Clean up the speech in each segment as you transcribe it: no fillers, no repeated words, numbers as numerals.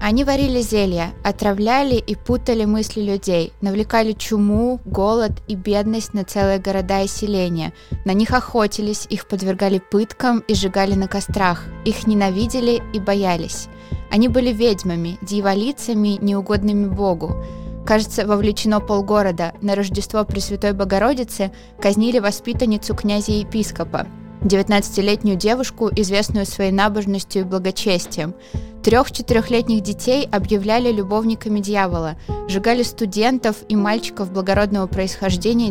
Они варили зелья, отравляли и путали мысли людей, навлекали чуму, голод и бедность на целые города и селения. На них охотились, их подвергали пыткам и сжигали на кострах. Их ненавидели и боялись. Они были ведьмами, дьяволицами, неугодными Богу. Кажется, вовлечено полгорода. На Рождество Пресвятой Богородицы казнили воспитанницу князя-епископа, 19-летнюю девушку, известную своей набожностью и благочестием. 3-4-летних детей объявляли любовниками дьявола, сжигали студентов и мальчиков благородного происхождения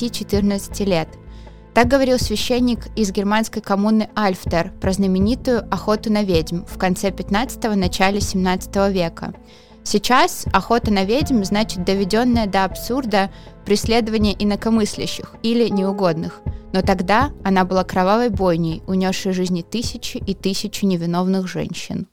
9-14 лет. Так говорил священник из германской коммуны Альфтер про знаменитую охоту на ведьм в конце 15-го, начале 17 века. Сейчас охота на ведьм значит доведенное до абсурда преследование инакомыслящих или неугодных. Но тогда она была кровавой бойней, унесшей жизни тысячи и тысячи невиновных женщин.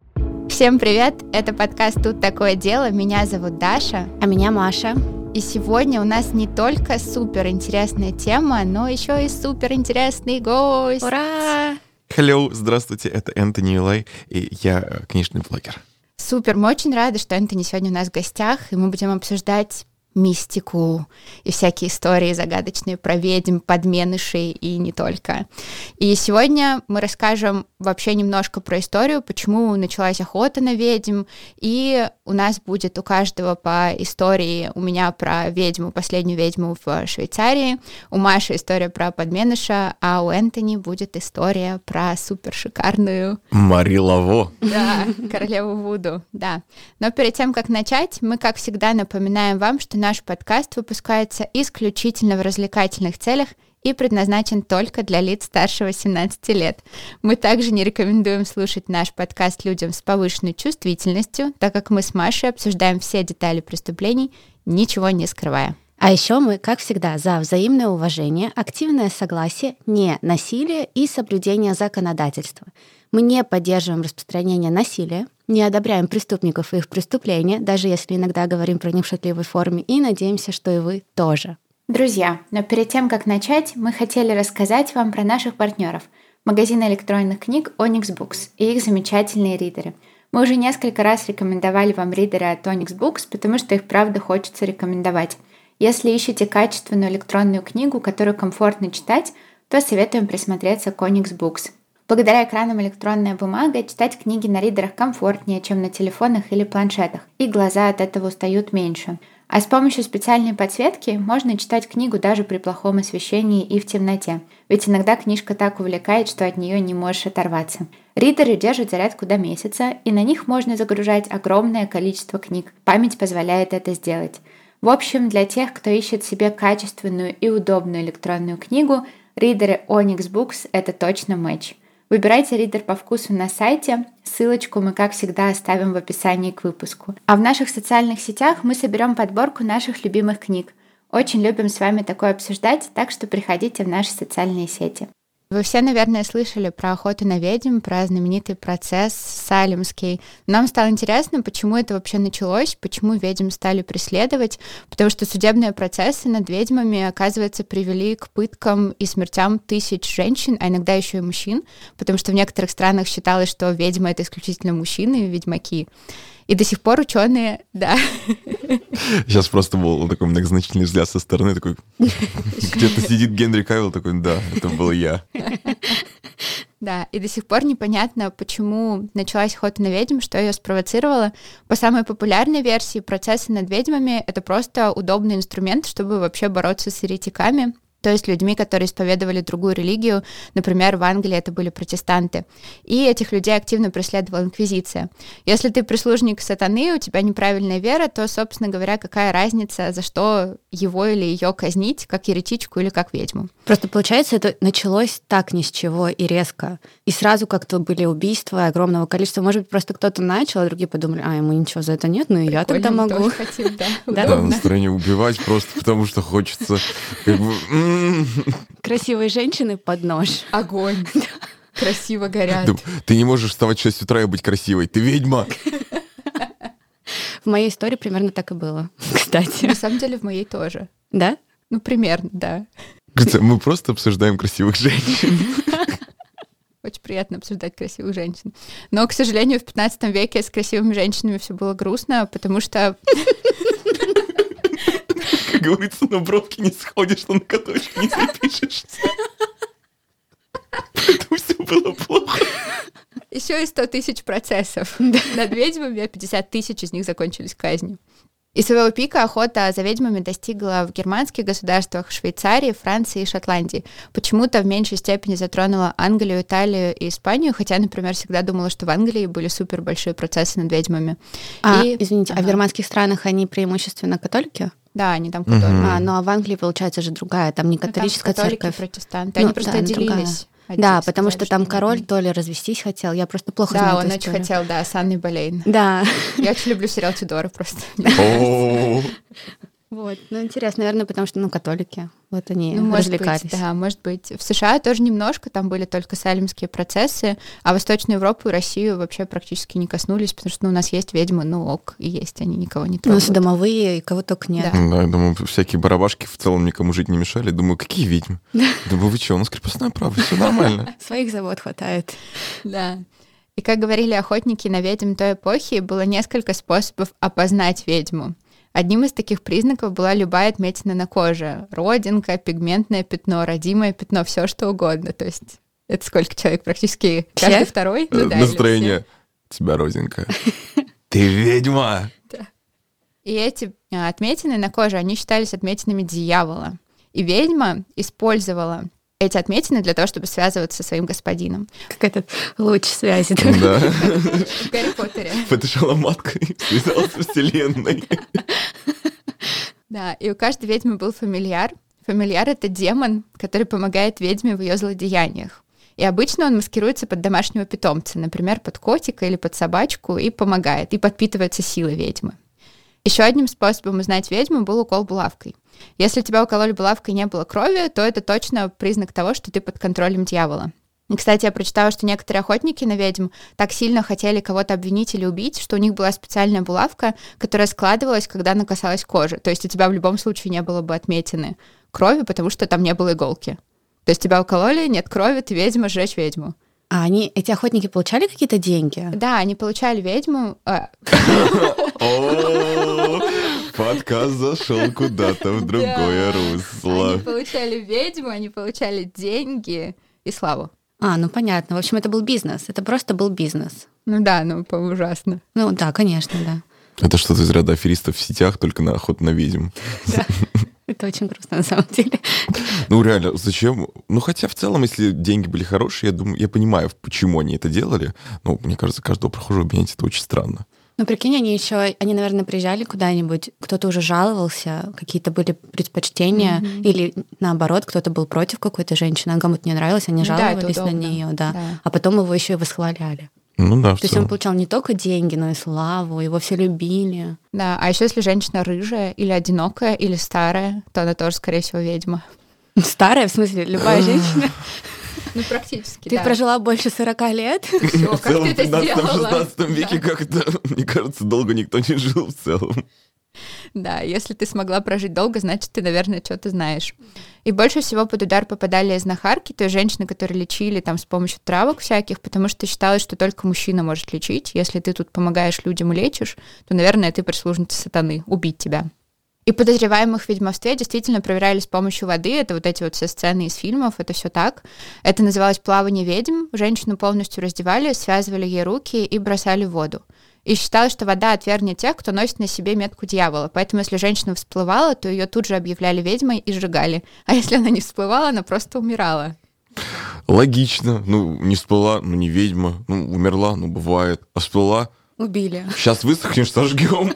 Всем привет! Это подкаст «Тут такое дело». Меня зовут Даша. А меня Маша. И сегодня у нас не только суперинтересная тема, но еще и суперинтересный гость. Ура! Hello, здравствуйте, это Энтони Юлай, и я книжный блогер. Супер, мы очень рады, что Энтони сегодня у нас в гостях, и мы будем обсуждать мистику и всякие истории загадочные про ведьм, подменышей и не только. И сегодня мы расскажем вообще немножко про историю, почему началась охота на ведьм, и у нас будет у каждого по истории. У меня про ведьму, последнюю ведьму в Швейцарии, у Маши история про подменыша, а у Энтони будет история про супер шикарную Мари Лаво. Да, королеву Вуду, да. Но перед тем, как начать, мы, как всегда, напоминаем вам, что наш подкаст выпускается исключительно в развлекательных целях и предназначен только для лиц старше 18 лет. Мы также не рекомендуем слушать наш подкаст людям с повышенной чувствительностью, так как мы с Машей обсуждаем все детали преступлений, ничего не скрывая. А еще мы, как всегда, за взаимное уважение, активное согласие, не насилие и соблюдение законодательства. Мы не поддерживаем распространение насилия, не одобряем преступников и их преступления, даже если иногда говорим про них в шутливой форме, и надеемся, что и вы тоже. Друзья, но перед тем, как начать, мы хотели рассказать вам про наших партнеров — магазин электронных книг Onyx Books и их замечательные ридеры. Мы уже несколько раз рекомендовали вам ридеры от Onyx Books, потому что их правда хочется рекомендовать. Если ищете качественную электронную книгу, которую комфортно читать, то советуем присмотреться к Onyx Books. Благодаря экранам электронная бумага читать книги на ридерах комфортнее, чем на телефонах или планшетах, и глаза от этого устают меньше. А с помощью специальной подсветки можно читать книгу даже при плохом освещении и в темноте, ведь иногда книжка так увлекает, что от нее не можешь оторваться. Ридеры держат зарядку до месяца, и на них можно загружать огромное количество книг. Память позволяет это сделать. В общем, для тех, кто ищет себе качественную и удобную электронную книгу, ридеры Onyx Books — это точно матч. Выбирайте ридер по вкусу на сайте, ссылочку мы, как всегда, оставим в описании к выпуску. А в наших социальных сетях мы соберем подборку наших любимых книг. Очень любим с вами такое обсуждать, так что приходите в наши социальные сети. Вы все, наверное, слышали про охоту на ведьм, про знаменитый процесс салемский. Нам стало интересно, почему это вообще началось, почему ведьм стали преследовать, потому что судебные процессы над ведьмами, оказывается, привели к пыткам и смертям тысяч женщин, а иногда еще и мужчин, потому что в некоторых странах считалось, что ведьмы — это исключительно мужчины, ведьмаки. И до сих пор ученые, да. Сейчас просто был такой многозначительный взгляд со стороны, такой, где-то сидит Генри Кавилл, такой, да, это был я. Да, и до сих пор непонятно, почему началась охота на ведьм, что ее спровоцировало. По самой популярной версии, процессы над ведьмами — это просто удобный инструмент, чтобы вообще бороться с еретиками, то есть людьми, которые исповедовали другую религию. Например, в Англии это были протестанты. И этих людей активно преследовала инквизиция. Если ты прислужник сатаны, у тебя неправильная вера, то, собственно говоря, какая разница, за что его или ее казнить, как еретичку или как ведьму. Просто, получается, это началось так ни с чего и резко. И сразу как-то были убийства огромного количества. Может быть, просто кто-то начал, а другие подумали, ему ничего за это нет, ну и я тогда могу. Тоже хотим, да. Да, настроение убивать просто потому, что хочется как бы... Красивые женщины под нож. Огонь. Красиво горят. Ты не можешь вставать в 6 утра и быть красивой. Ты ведьма. В моей истории примерно так и было, кстати. На самом деле в моей тоже. Да? Ну, примерно, да. Кажется, мы просто обсуждаем красивых женщин. Очень приятно обсуждать красивых женщин. Но, к сожалению, в 15 веке с красивыми женщинами все было грустно, потому что... Как говорится, на бровки не сходишь, но на каточке не запишешься. Поэтому все было плохо. Еще и 100 тысяч процессов над ведьмами, а 50 тысяч из них закончились казнью. И своего пика охота за ведьмами достигла в германских государствах, Швейцарии, Франции и Шотландии. Почему-то в меньшей степени затронула Англию, Италию и Испанию, хотя, например, всегда думала, что в Англии были супер большие процессы над ведьмами. Извините, а в германских странах они преимущественно католики? Да, они там католики. Ну а в Англии, получается, же другая, там не католическая католики, церковь. Протестанты. Они просто отделились. Да, потому что там король то ли развестись хотел, я просто плохо знаю. Да, он очень хотел, да, с Анной Болейн. Да. Я очень люблю сериал «Тюдоры» просто. Вот, ну интересно, наверное, потому что, католики, вот они может развлекались. Быть, да, может быть. В США тоже немножко, там были только салемские процессы, а Восточную Европу и Россию вообще практически не коснулись, потому что у нас есть ведьмы, и есть, они никого не трогают. У нас домовые, и кого только нет. Да, я думаю, всякие барабашки в целом никому жить не мешали. Думаю, какие ведьмы? Думаю, вы что, у нас крепостное право, все нормально. Своих забот хватает. Да. И как говорили охотники на ведьм той эпохи, было несколько способов опознать ведьму. Одним из таких признаков была любая отметина на коже. Родинка, пигментное пятно, родимое пятно, все что угодно. То есть это сколько человек? Практически каждый второй? Настроение. Тебя родинка. Ты ведьма! Да. И эти отметины на коже, они считались отметинами дьявола. И ведьма использовала эти отметины для того, чтобы связываться со своим господином. Как этот луч связи. Да. В Гарри Поттере. Фотошаломаткой связался с вселенной. Да, и у каждой ведьмы был фамильяр. Фамильяр — это демон, который помогает ведьме в ее злодеяниях. И обычно он маскируется под домашнего питомца, например, под котика или под собачку, и помогает, и подпитывается силой ведьмы. Еще одним способом узнать ведьму был укол булавкой. Если тебя укололи булавкой и не было крови, то это точно признак того, что ты под контролем дьявола. И, кстати, я прочитала, что некоторые охотники на ведьм так сильно хотели кого-то обвинить или убить, что у них была специальная булавка, которая складывалась, когда она касалась кожи. То есть у тебя в любом случае не было бы отметины крови, потому что там не было иголки. То есть тебя укололи, нет крови, ты ведьма, сжечь ведьму. А эти охотники получали какие-то деньги? Да, они получали ведьму. Подкаст зашел куда-то в другое русло. Они получали ведьму, они получали деньги и славу. Понятно. В общем, это был бизнес. Это просто был бизнес. Ужасно. Да, конечно, да. Это что-то из ряда аферистов в сетях, только на охоту на ведьм. Да. Это очень грустно, на самом деле. Реально, зачем? Хотя в целом, если деньги были хорошие, я понимаю, почему они это делали. Мне кажется, каждого прохожего обвинять это очень странно. Прикинь, они, наверное, приезжали куда-нибудь, кто-то уже жаловался, какие-то были предпочтения, или наоборот, кто-то был против какой-то женщины, она кому-то не нравилась, они жаловались на нее, да. А потом его еще и восхваляли. Да, то есть он получал не только деньги, но и славу, его все любили. Да, а еще если женщина рыжая, или одинокая, или старая, то она тоже, скорее всего, ведьма. Старая, в смысле, любая женщина? Практически, Ты прожила больше 40 лет? Всё, как ты это сделала? В 15 веке как-то, мне кажется, долго никто не жил в целом. Да, если ты смогла прожить долго, значит, ты, наверное, что-то знаешь. И больше всего под удар попадали знахарки, то есть женщины, которые лечили с помощью травок всяких, потому что считалось, что только мужчина может лечить. Если ты тут помогаешь людям и лечишь, то, наверное, ты прислужница сатаны, убить тебя. И подозреваемых в ведьмовстве действительно проверяли с помощью воды. Это вот эти все сцены из фильмов, это все так. Это называлось плавание ведьм. Женщину полностью раздевали, связывали ей руки и бросали в воду. И считалось, что вода отвергнет тех, кто носит на себе метку дьявола. Поэтому если женщина всплывала, то ее тут же объявляли ведьмой и сжигали. А если она не всплывала, она просто умирала. Логично. Не всплыла, не ведьма. Умерла, бывает. А всплыла? Убили. Сейчас высохнешь, сожгем.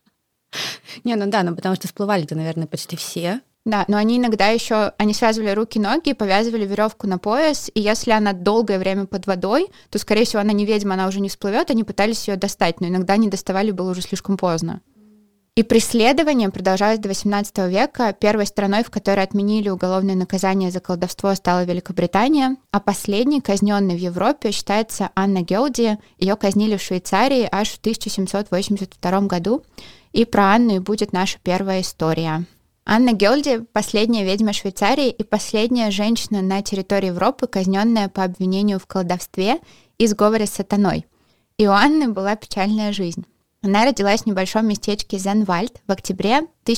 Потому что всплывали-то, наверное, почти все. Да, но они иногда еще, они связывали руки-ноги, повязывали веревку на пояс, и если она долгое время под водой, то, скорее всего, она не ведьма, она уже не всплывет, они пытались ее достать, но иногда не доставали, было уже слишком поздно. И преследование продолжалось до XVIII века. Первой страной, в которой отменили уголовное наказание за колдовство, стала Великобритания, а последней, казненной в Европе, считается Анна Гелди. Ее казнили в Швейцарии аж в 1782 году. И про Анну и будет наша первая история. Анна Гёльди – последняя ведьма Швейцарии и последняя женщина на территории Европы, казненная по обвинению в колдовстве и сговоре с сатаной. И у Анны была печальная жизнь. Она родилась в небольшом местечке Зенвальд в октябре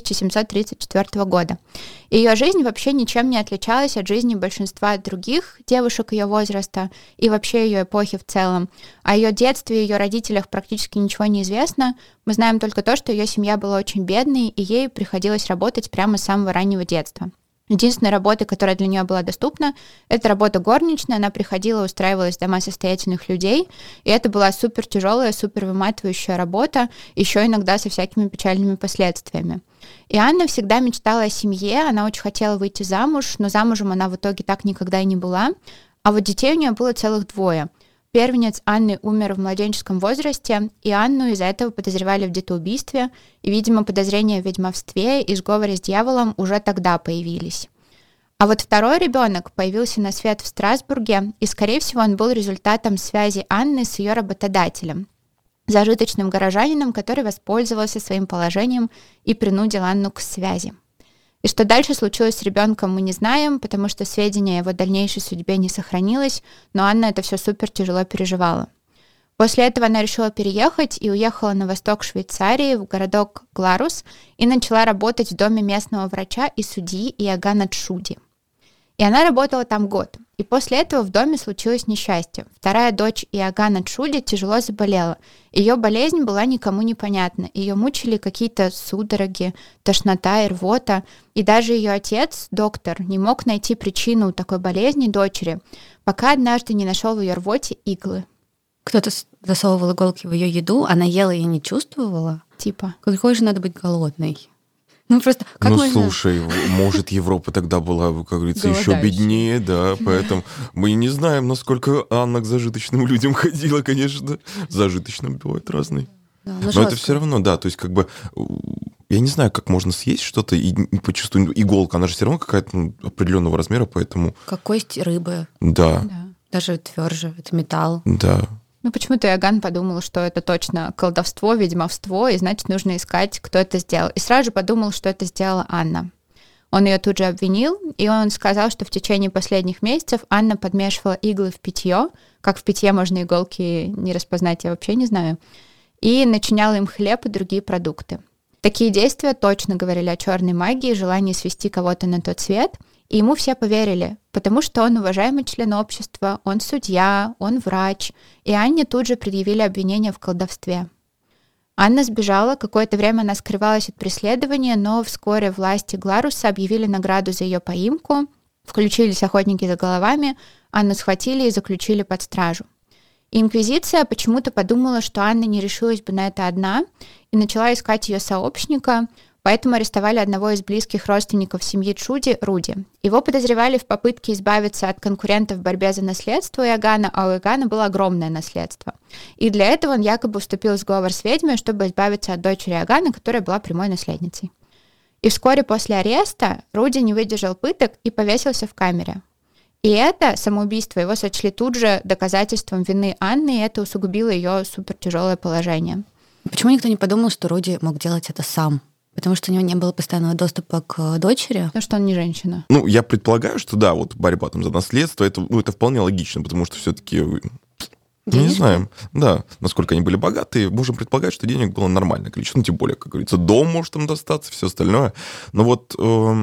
1734 года. Ее жизнь вообще ничем не отличалась от жизни большинства других девушек ее возраста и вообще ее эпохи в целом. О ее детстве и ее родителях практически ничего не известно. Мы знаем только то, что ее семья была очень бедной, и ей приходилось работать прямо с самого раннего детства. Единственной работой, которая для нее была доступна, это работа горничной. Она приходила, устраивалась в дома состоятельных людей, и это была супер тяжелая, супер выматывающая работа, еще иногда со всякими печальными последствиями. И Анна всегда мечтала о семье, она очень хотела выйти замуж, но замужем она в итоге так никогда и не была. А вот детей у нее было целых 2. Первенец Анны умер в младенческом возрасте, и Анну из-за этого подозревали в детоубийстве, и, видимо, подозрения в ведьмовстве и сговоре с дьяволом уже тогда появились. А вот второй ребенок появился на свет в Страсбурге, и, скорее всего, он был результатом связи Анны с ее работодателем, зажиточным горожанином, который воспользовался своим положением и принудил Анну к связи. И что дальше случилось с ребенком, мы не знаем, потому что сведения о его дальнейшей судьбе не сохранилось, но Анна это все супер тяжело переживала. После этого она решила переехать и уехала на восток Швейцарии, в городок Гларус, и начала работать в доме местного врача и судьи Иоганна Тшуди. И она работала там год. И после этого в доме случилось несчастье. Вторая дочь Иоганна Тшуди тяжело заболела. Ее болезнь была никому непонятна. Ее мучили какие-то судороги, тошнота и рвота. И даже ее отец, доктор, не мог найти причину такой болезни дочери, пока однажды не нашел в ее рвоте иглы. Кто-то засовывал иголки в ее еду, она ела и не чувствовала? Типа. Какой же надо быть голодной? Ну, просто как можно... слушай, может, Европа тогда была, как говорится, еще беднее, да, поэтому мы не знаем, насколько Анна к зажиточным людям ходила, конечно. Зажиточным бывает разный. Да, но это все равно, да, то есть как бы... Я не знаю, как можно съесть что-то и не почувствовать иголку. Она же все равно какая-то определенного размера, поэтому... Как кость рыбы. Да. Даже тверже, это металл. Да. Ну, почему-то Иоганн подумал, что это точно колдовство, ведьмовство, и, значит, нужно искать, кто это сделал. И сразу же подумал, что это сделала Анна. Он ее тут же обвинил, и он сказал, что в течение последних месяцев Анна подмешивала иглы в питье. Как в питье можно иголки не распознать, я вообще не знаю. И начиняла им хлеб и другие продукты. Такие действия точно говорили о черной магии, желании свести кого-то на тот свет. И ему все поверили, потому что он уважаемый член общества, он судья, он врач, и Анне тут же предъявили обвинение в колдовстве. Анна сбежала, какое-то время она скрывалась от преследования, но вскоре власти Гларуса объявили награду за ее поимку, включились охотники за головами, Анну схватили и заключили под стражу. И инквизиция почему-то подумала, что Анна не решилась бы на это одна, и начала искать ее сообщника. Поэтому арестовали одного из близких родственников семьи Тшуди, Руди. Его подозревали в попытке избавиться от конкурентов в борьбе за наследство Иоганна, а у Иоганна было огромное наследство. И для этого он якобы вступил в сговор с ведьмой, чтобы избавиться от дочери Иоганна, которая была прямой наследницей. И вскоре после ареста Руди не выдержал пыток и повесился в камере. И это самоубийство его сочли тут же доказательством вины Анны, и это усугубило ее супертяжелое положение. Почему никто не подумал, что Руди мог делать это сам? Потому что у него не было постоянного доступа к дочери? Потому что он не женщина. Ну, я предполагаю, что да, вот борьба там за наследство, это вполне логично, потому что все-таки... Не знаем, да, насколько они были богатые. Можем предполагать, что денег было нормальное количество. Ну, тем более, как говорится, дом может там достаться, все остальное. Но вот,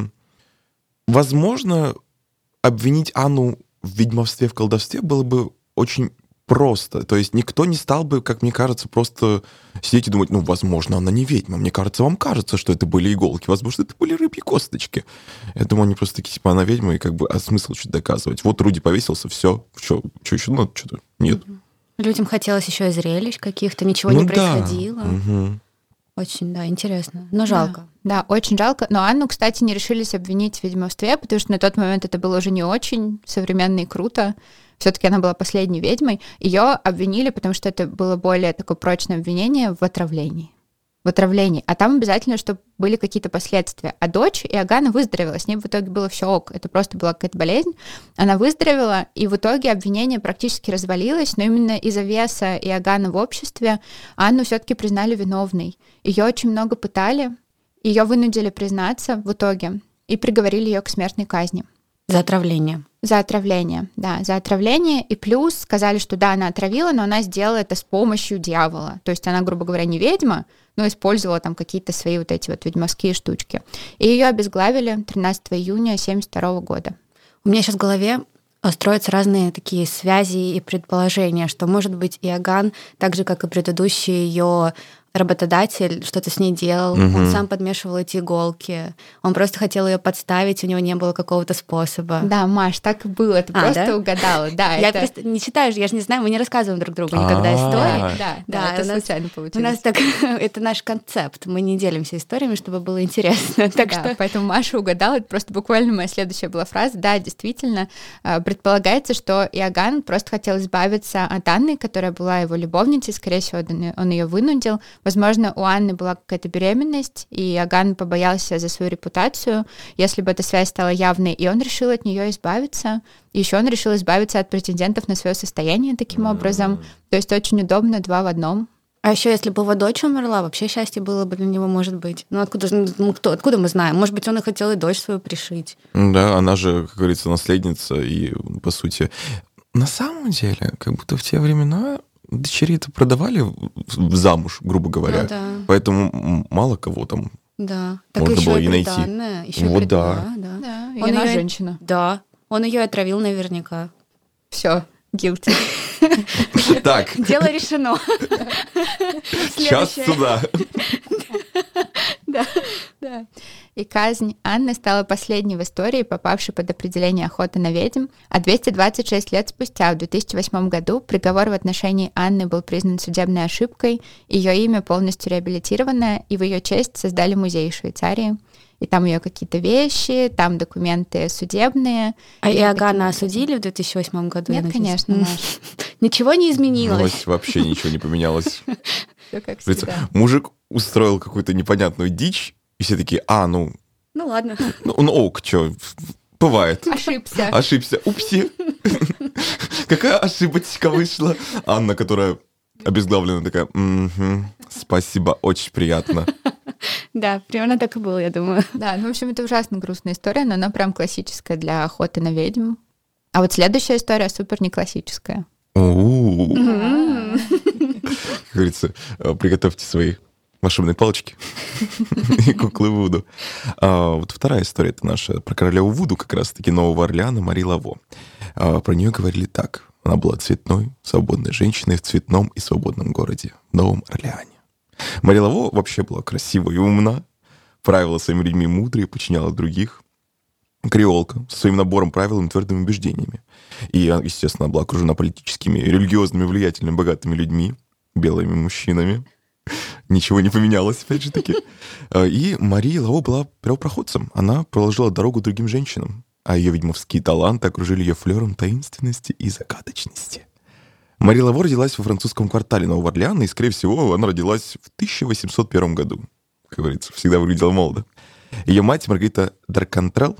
возможно, обвинить Анну в ведьмовстве, в колдовстве было бы очень просто. То есть никто не стал бы, как мне кажется, просто сидеть и думать, ну, возможно, она не ведьма. Мне кажется, вам кажется, что это были иголки. Возможно, это были рыбьи косточки. Я думаю, они просто такие, типа, она ведьма, и как бы, а смысл что-то доказывать? Вот Руди повесился, все. Что еще надо? Что-то нет. Людям хотелось еще и зрелищ каких-то, ничего не происходило. Очень, да, интересно. Но жалко. Да, очень жалко. Но Анну, кстати, не решились обвинить в ведьмовстве, потому что на тот момент это было уже не очень современно и круто. Все-таки она была последней ведьмой. Ее обвинили, потому что это было более такое прочное обвинение в отравлении. А там обязательно, чтобы были какие-то последствия. А дочь Иоганна выздоровела, с ней в итоге было все ок. Это просто была какая-то болезнь. Она выздоровела, и в итоге обвинение практически развалилось, но именно из-за веса Иоганна в обществе Анну все-таки признали виновной. Ее очень много пытали, Ее вынудили признаться в итоге и приговорили ее к смертной казни. За отравление. За отравление, да, за отравление. И плюс сказали, что да, она отравила, но она сделала это с помощью дьявола. То есть она, грубо говоря, не ведьма, но использовала там какие-то свои вот эти вот ведьмовские штучки. И ее обезглавили 13 июня 1972 года. У меня сейчас в голове строятся разные такие связи и предположения, что, может быть, Иоганн, так же, как и предыдущий ее работодатель, что-то с ней делал, он сам подмешивал эти иголки, он просто хотел ее подставить, у него не было какого-то способа. Да, Маш, так и было, ты просто угадала. Да, я просто не читаю, я же не знаю, мы не рассказываем друг другу никогда истории. Да, это случайно получилось. У нас так, это наш концепт, мы не делимся историями, чтобы было интересно. Так что... Поэтому Маша угадала, это просто буквально моя следующая была фраза. Да, действительно, предполагается, что Иоганн просто хотел избавиться от Анны, которая была его любовницей, скорее всего, он ее вынудил. Возможно, у Анны была какая-то беременность, и Иоганн побоялся за свою репутацию, если бы эта связь стала явной, и он решил от нее избавиться. И еще он решил избавиться от претендентов на свое состояние таким образом. То есть очень удобно, 2 в 1. А еще если бы его дочь умерла, вообще счастье было бы для него, может быть. Ну откуда мы знаем? Может быть, он и хотел и дочь свою пришить. Да, она же, как говорится, наследница, и, по сути, на самом деле, как будто в те времена дочерей-то продавали замуж, грубо говоря. Ну, да. Поэтому мало кого там да. Так можно еще было и и найти. приданное, еще Вот и да. Да, и Он она её- женщина. Да, он ее отравил наверняка. Все, guilty. Так, Дело решено. сейчас сюда. Да. И казнь Анны стала последней в истории, попавшей под определение охоты на ведьм. А 226 лет спустя, в 2008 году, приговор в отношении Анны был признан судебной ошибкой, ее имя полностью реабилитировано, и в ее честь создали музей в Швейцарии. И там ее какие-то вещи, там документы судебные. А Иоганна осудили в 2008 году? Нет, конечно, Маш. Ничего не изменилось. Вообще ничего не поменялось. Все как всегда. Мужик устроил какую-то непонятную дичь, и все такие, Ну ладно. ок, чё, бывает. Ошибся. Упси. Какая ошибочка вышла. Анна, которая обезглавлена, такая, спасибо, очень приятно. Да, примерно так и было, я думаю. Да, ну, в общем, это ужасно грустная история, но она прям классическая для охоты на ведьм. А вот следующая история супер не классическая. Как говорится, приготовьте свои волшебные палочки и куклы Вуду. Вот вторая история, это наша про королеву Вуду, как раз-таки Нового Орлеана, Мари Лаво. Про нее говорили так. Она была цветной, свободной женщиной в цветном и свободном городе, Новом Орлеане. Мари Лаво вообще была красива и умна, правила своими людьми мудро и подчиняла других. Креолка со своим набором правил и твердыми убеждениями. И, естественно, была окружена политическими, религиозными, влиятельными, богатыми людьми, белыми мужчинами. Ничего не поменялось, опять же таки. И Мария Лаво была первопроходцем. Она проложила дорогу другим женщинам, а ее ведьмовские таланты окружили ее флером таинственности и загадочности. Мари Лаво родилась во французском квартале Нового Орлеана, и, скорее всего, она родилась в 1801 году. Как говорится, всегда выглядела молодо. Ее мать Маргарита Даркантрел,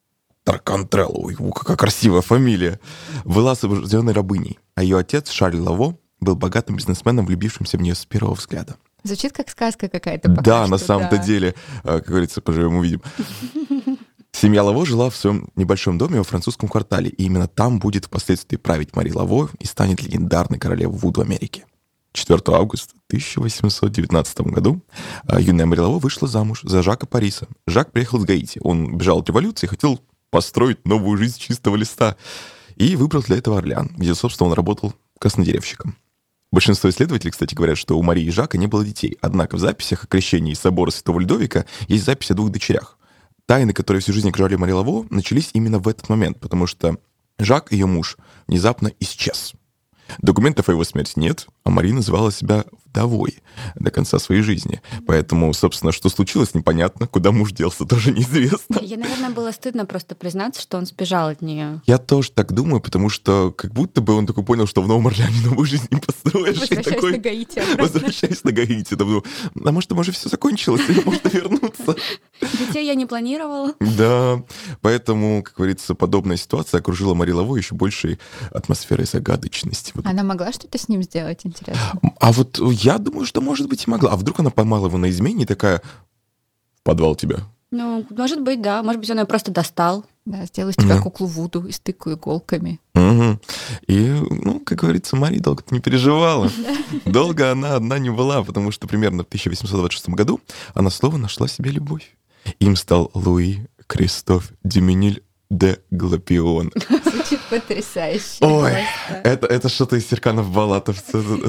ой, какая красивая фамилия, была освобожденной рабыней, а ее отец Шарль Лаво был богатым бизнесменом, влюбившимся в нее с первого взгляда. Звучит как сказка какая-то. Да, на самом-то деле, как говорится, поживем увидим. Семья Лаво жила в своем небольшом доме во французском квартале, и именно там будет впоследствии править Мари Лаво и станет легендарной королевой Вуду Америки. 4 августа 1819 году юная Мари Лаво вышла замуж за Жака Париса. Жак приехал с Гаити. Он бежал от революции и хотел построить новую жизнь с чистого листа. И выбрал для этого Орлеан, где, собственно, он работал краснодеревщиком. Большинство исследователей, кстати, говорят, что у Марии и Жака не было детей. Однако в записях о крещении собора Святого Людовика есть запись о 2 дочерях. Тайны, которые всю жизнь окружали Мари Лаво, начались именно в этот момент, потому что Жак, ее муж, внезапно исчез. Документов о его смерти нет, а Мари называла себя вдовой до конца своей жизни. Поэтому, собственно, что случилось, непонятно. Куда муж делся, тоже неизвестно. Ей, наверное, было стыдно просто признаться, что он сбежал от нее. Я тоже так думаю, потому что как будто бы он такой понял, что в Новом Орлеане новую жизнь не построишь. Возвращаясь на Гаити. А может, уже все закончилось, и можно вернуться. Детей я не планировала. Да, поэтому, как говорится, подобная ситуация окружила Мари Лаво еще большей атмосферой загадочности. Она могла что-то с ним сделать, интересно? А вот я думаю, что, может быть, и могла. А вдруг она поймала его на измене и такая, подвал тебя. Ну, может быть, да. Может быть, он ее просто достал. Да, сделаю из тебя куклу Вуду и стыкаю иголками. Угу. И, как говорится, Мари долго-то не переживала. Долго она одна не была, потому что примерно в 1826 году она снова нашла себе любовь. Им стал Луи Кристоф Дюминиль де Глапион. Звучит потрясающе. Ой, это что-то из Серканов Балатов.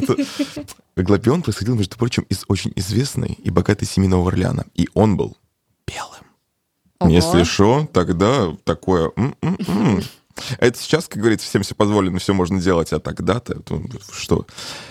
Глапион происходил, между прочим, из очень известной и богатой семьи Нового Орлеана. И он был белым. Ого. Если что, тогда такое... Это сейчас, как говорится, всем все позволено, все можно делать, а тогда-то что?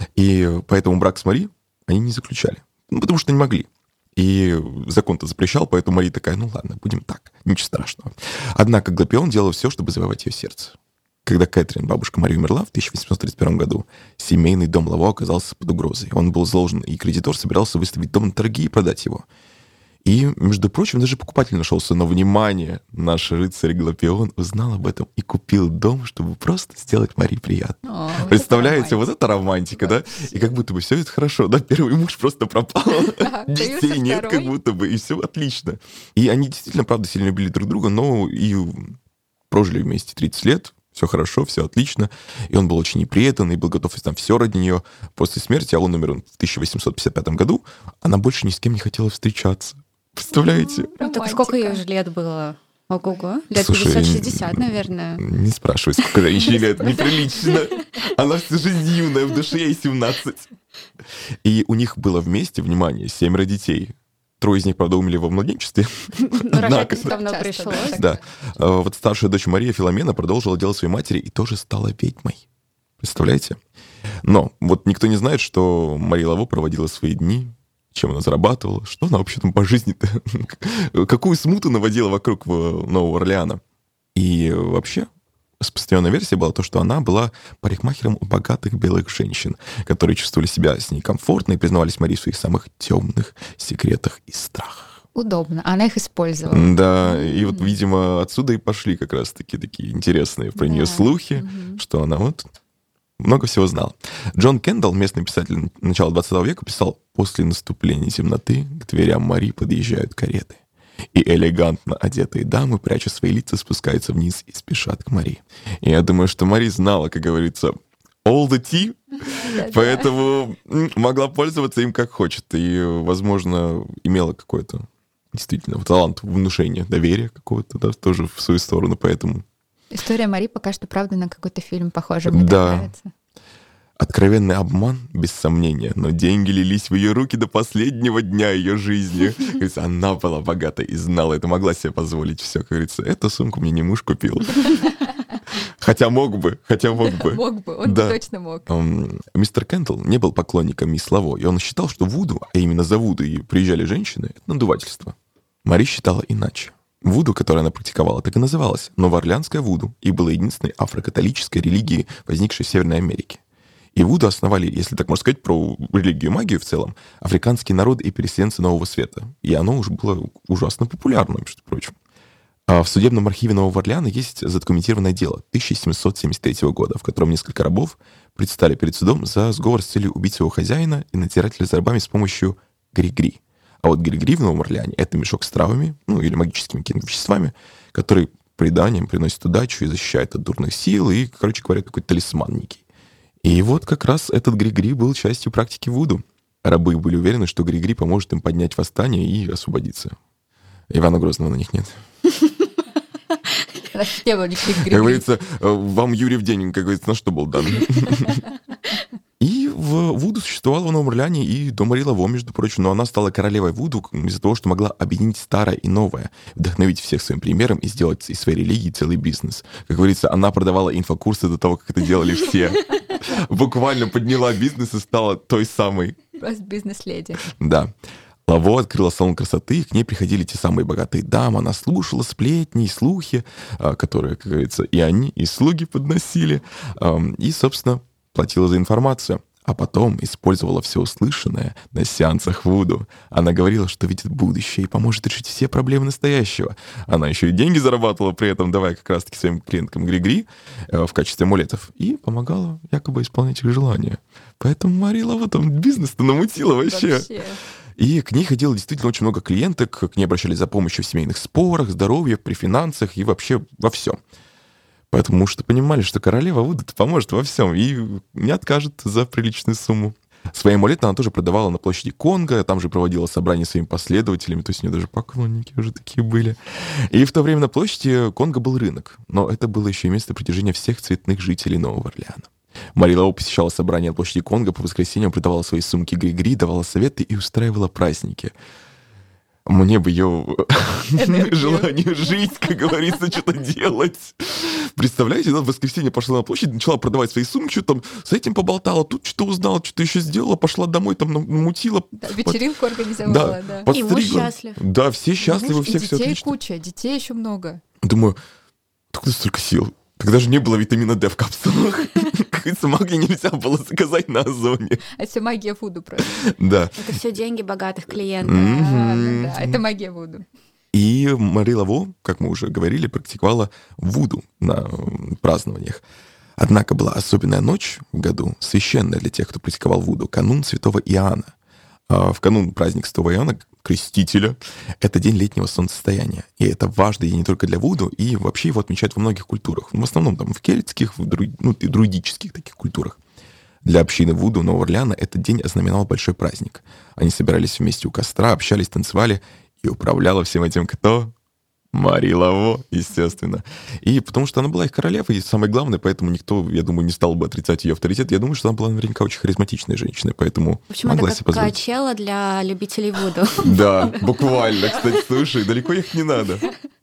И поэтому брак с Мари они не заключали. Потому что не могли. И закон-то запрещал, поэтому Мари такая, ладно, будем так, ничего страшного. Однако Глапион делал все, чтобы завоевать ее сердце. Когда Кэтрин, бабушка Мари, умерла в 1831 году, семейный дом Лаво оказался под угрозой. Он был заложен, и кредитор собирался выставить дом на торги и продать его. И, между прочим, даже покупатель нашелся, но, внимание, наш рыцарь Глапион узнал об этом и купил дом, чтобы просто сделать Мари приятно. Представляете, вот это романтика, да? И как будто бы все это хорошо, да? Первый муж просто пропал, детей нет, как будто бы, и все отлично. И они действительно, правда, сильно любили друг друга, но и прожили вместе 30 лет, все хорошо, все отлично. И он был очень неприятен, и был готов там все ради нее. После смерти, а он умер в 1855 году, она больше ни с кем не хотела встречаться. Представляете? Ну, так сколько ей уже лет было? Ого-го. Лет Слушай, 50-60, наверное. Не спрашивай, сколько ей лет. Неприлично. Она всю жизнь юная, в душе ей 17. И у них было вместе, внимание, 7 детей. 3 из них, правда, умерли во младенчестве. Рожать все равно пришлось. Да. Вот старшая дочь Мария Филомена продолжила дело своей матери и тоже стала ведьмой. Представляете? Но вот никто не знает, что Мария Лаво проводила свои дни, чем она зарабатывала, что она вообще там по жизни-то, какую смуту наводила вокруг Нового Орлеана. И вообще распространенная версия была то, что она была парикмахером у богатых белых женщин, которые чувствовали себя с ней комфортно и признавались Марии в своих самых темных секретах и страхах. Удобно. Она их использовала. Да, и вот, видимо, отсюда и пошли как раз-таки такие интересные про нее слухи, что она вот много всего знала. Джон Кендалл, местный писатель начала 20 века, писал: «После наступления темноты к дверям Мари подъезжают кареты, и элегантно одетые дамы, пряча свои лица, спускаются вниз и спешат к Мари». И я думаю, что Мари знала, как говорится, all the tea, поэтому могла пользоваться им как хочет. И, возможно, имела какой-то действительно талант внушения, доверия какого-то, да, тоже в свою сторону, поэтому... История Мари пока что, правда, на какой-то фильм похожа. Мне да. так нравится. Откровенный обман, без сомнения, но деньги лились в ее руки до последнего дня ее жизни. Она была богата и знала это, могла себе позволить все. Как говорится, эту сумку мне не муж купил. Хотя мог бы. Мог бы, он точно мог. Мистер Кендалл не был поклонником мисс Лаво, и он считал, что вуду, а именно за вуду и приезжали женщины, это надувательство. Мари считала иначе. Вуду, которую она практиковала, так и называлась новоорлеанская вуду, и была единственной афрокатолической религией, возникшей в Северной Америке. И вуду основали, если так можно сказать, про религию и магию в целом, африканские народы и переселенцы Нового Света. И оно уже было ужасно популярным, между прочим. А в судебном архиве Нового Орлеана есть задокументированное дело 1773 года, в котором несколько рабов предстали перед судом за сговор с целью убить своего хозяина и натирателя за рабами с помощью гри-гри. А вот гри-гри в Новом Орлеане — это мешок с травами, или магическими какими-то веществами, который преданием приносит удачу и защищает от дурных сил, и, короче говоря, такой талисман некий. И вот как раз этот гри-гри был частью практики вуду. Рабы были уверены, что гри-гри поможет им поднять восстание и освободиться. Ивана Грозного на них нет. Не было никаких гри-гри. Как говорится, вам Юрьев день, как говорится, на что был дан. И в вуду существовала в Новом Орлеане и до Мари Лаво, между прочим, но она стала королевой вуду из-за того, что могла объединить старое и новое, вдохновить всех своим примером и сделать из своей религии целый бизнес. Как говорится, она продавала инфокурсы до того, как это делали все. Буквально подняла бизнес и стала той самой. Просто бизнес-леди. Да. Лаво открыла салон красоты, и к ней приходили те самые богатые дамы. Она слушала сплетни и слухи, которые, как говорится, и они, и слуги подносили. И, собственно, платила за информацию. А потом использовала все услышанное на сеансах вуду. Она говорила, что видит будущее и поможет решить все проблемы настоящего. Она еще и деньги зарабатывала при этом, давая как раз-таки своим клиенткам гри-гри в качестве амулетов. И помогала якобы исполнять их желания. Поэтому Мари Лаво там бизнес-то намутила вообще. И к ней ходило действительно очень много клиенток, к ней обращались за помощью в семейных спорах, здоровье, при финансах и вообще во всем. Потому что понимали, что королева Вуду поможет во всем и не откажет за приличную сумму. Свои амулеты она тоже продавала на площади Конго, там же проводила собрания своими последователями, то есть у нее даже поклонники уже такие были. И в то время на площади Конго был рынок, но это было еще и место притяжения всех цветных жителей Нового Орлеана. Мари Лаво посещала собрания на площади Конго по воскресеньям, продавала свои сумки Гри-Гри, давала советы и устраивала праздники. Мне бы ее желание жить, как говорится, что-то делать. Представляете, она в воскресенье пошла на площадь, начала продавать свои сумки, что там с этим поболтала, тут что-то узнала, что-то еще сделала, пошла домой, там намутила. Да, вечеринку организовала, да. Подстригла. И муж счастлив. Да, все счастливы, все детей отлично. куча, детей еще много. Думаю, откуда столько сил? Тогда же не было витамина D в капсулах. Как говорится, магний нельзя было заказать на Озоне. Это все магия Вуду просто. Да. Это все деньги богатых клиентов. Да, это магия Вуду. И Мари Лаво, как мы уже говорили, практиковала вуду на празднованиях. Однако была особенная ночь в году, священная для тех, кто практиковал вуду, канун Святого Иоанна. В канун праздник Святого Иоанна, Крестителя, это день летнего солнцестояния. И это важный день не только для вуду, и вообще его отмечают во многих культурах. В основном там в кельтских, и друидических таких культурах. Для общины вуду Нового Орлеана этот день ознаменовал большой праздник. Они собирались вместе у костра, общались, танцевали, и управляла всем этим кто? Мари Лаво, естественно. И потому что она была их королевой, и самое главное, поэтому никто, я думаю, не стал бы отрицать ее авторитет. Я думаю, что она была наверняка очень харизматичной женщиной, поэтому В общем, могла это себе как позволить. качела для любителей вуду. Да, буквально. Кстати, слушай, далеко ехать не надо.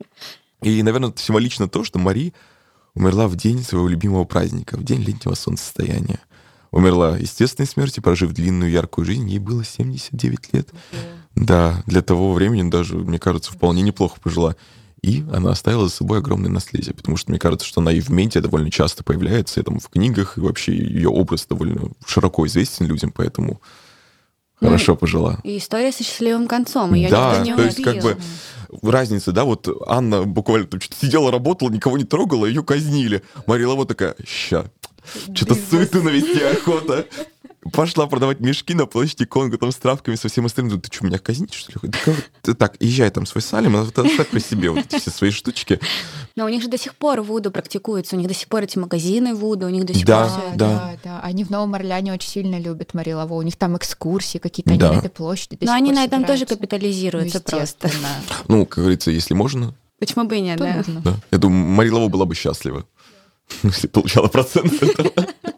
И, наверное, символично то, что Мари умерла в день своего любимого праздника, в день летнего солнцестояния. Умерла естественной смертью, прожив длинную яркую жизнь. Ей было 79 лет. Да, для того времени даже, мне кажется, вполне неплохо прожила. И она оставила за собой огромное наследие, потому что мне кажется, что она и в медиа довольно часто появляется, и там в книгах, и вообще ее образ довольно широко известен людям, поэтому хорошо пожила. И история со счастливым концом. Ее Да, никто не то есть убил. как бы разница, да, вот Анна буквально там что-то сидела, работала, никого не трогала, ее казнили. Мария Лаво такая, что-то суету навести охота. Пошла продавать мешки на площади Конго там с травками, со всем остальным. Думаю, ты что, меня казнить, что ли? Так, езжай там свой салим, а вот оставь при себе вот эти все свои штучки. Но у них же до сих пор вуду практикуется, у них до сих пор эти магазины вуду, у них до сих Да, пор всё это. Да. Они в Новом Орлеане очень сильно любят Мари Лаво. У них там экскурсии какие-то, они Да. на этой площади до Но сих они пор на этом тоже собираются. капитализируются просто. Естественно. Ну, как говорится, если можно, Почему бы и нет, То да? нужно. да. Я думаю, Мария Лаво была бы счастлива, если получала процент с этого.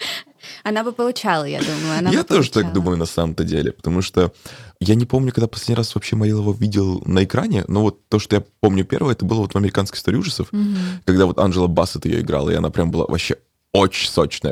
Она бы получала, я думаю. Она Я бы тоже так получала. думаю на самом-то деле, потому что я не помню, когда последний раз вообще Мари Лаво видел на экране, но вот то, что я помню первое, это было вот в «Американской истории ужасов», когда вот Анджела Бассет ее играла, и она прям была вообще очень сочная,